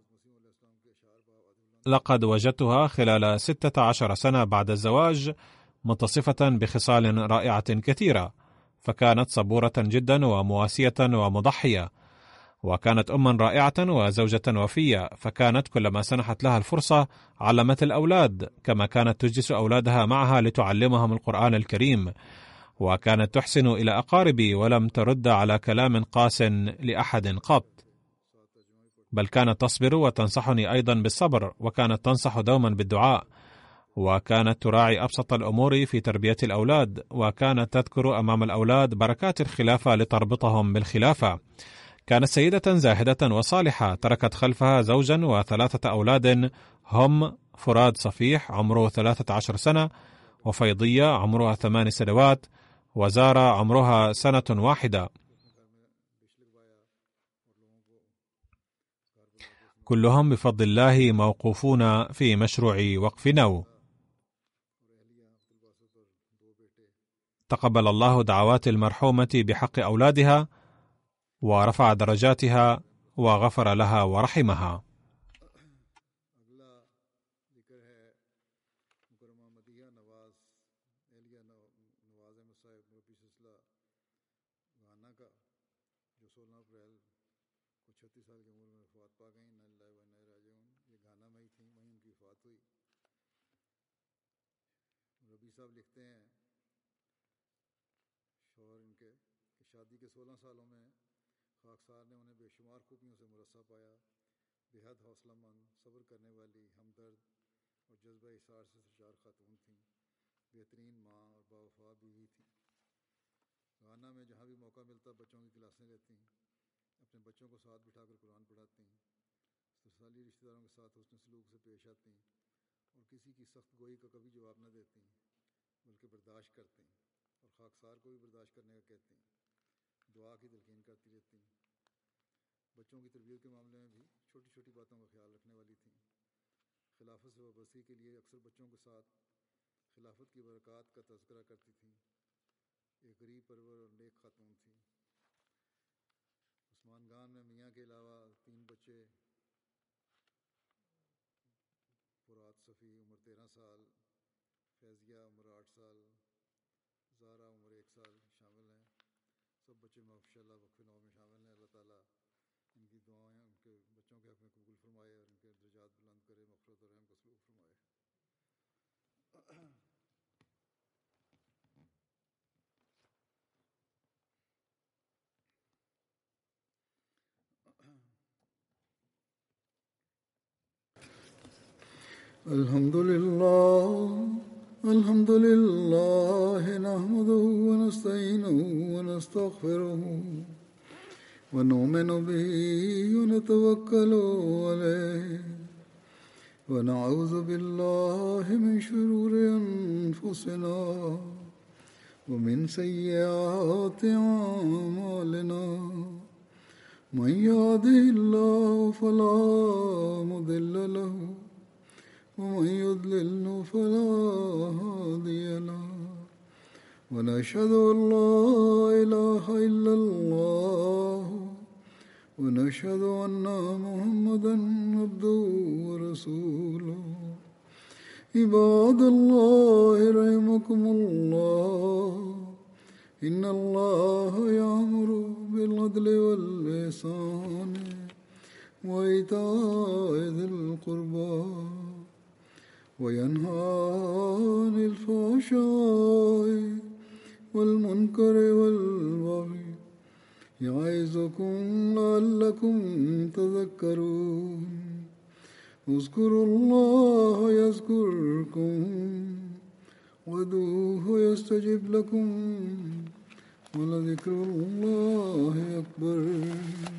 لقد وجدتها خلال ستة عشر سنة بعد الزواج متصفة بخصال رائعة كثيرة، فكانت صبورة جدا ومواسية ومضحية، وكانت أما رائعة وزوجة وفية، فكانت كلما سنحت لها الفرصة علمت الأولاد، كما كانت تجلس أولادها معها لتعلمهم القرآن الكريم، وكانت تحسن إلى أقاربي ولم ترد على كلام قاس لأحد قط، بل كانت تصبر وتنصحني أيضا بالصبر، وكانت تنصح دوما بالدعاء، وكانت تراعي أبسط الأمور في تربية الأولاد، وكانت تذكر أمام الأولاد بركات الخلافة لتربطهم بالخلافة. كانت سيدة زاهدة وصالحة، تركت خلفها زوجا وثلاثة أولاد هم فراد صفيح عمره ثلاثة عشر سنة، وفيضية عمرها ثمان سنوات، وزارة عمرها سنة واحدة، كلهم بفضل الله موقوفون في مشروع وقف نو. تقبل الله دعوات المرحومة بحق أولادها ورفع درجاتها وغفر لها ورحمها. الحمد لله الحمد لله نحمده ونستعينه ونستغفره ونؤمن به ونتوكل عليه ونعوذ بالله من شرور أنفسنا ومن سيئات أعمالنا من يهده الله فلا مضل له ومن يضلل فلا هادي له ونشهد أن لا إله إلا الله ونشهد أن محمدا عبده ورسوله عباد الله رحمكم الله إن الله يأمر بالعدل والإحسان وإيتاء ذي القربى وينهى عن الفحشاء والمنكر والبغي يعظكم لعلكم تذكرون اذكروا الله يذكركم وادعوه يستجب لكم ولذكر الله أكبر.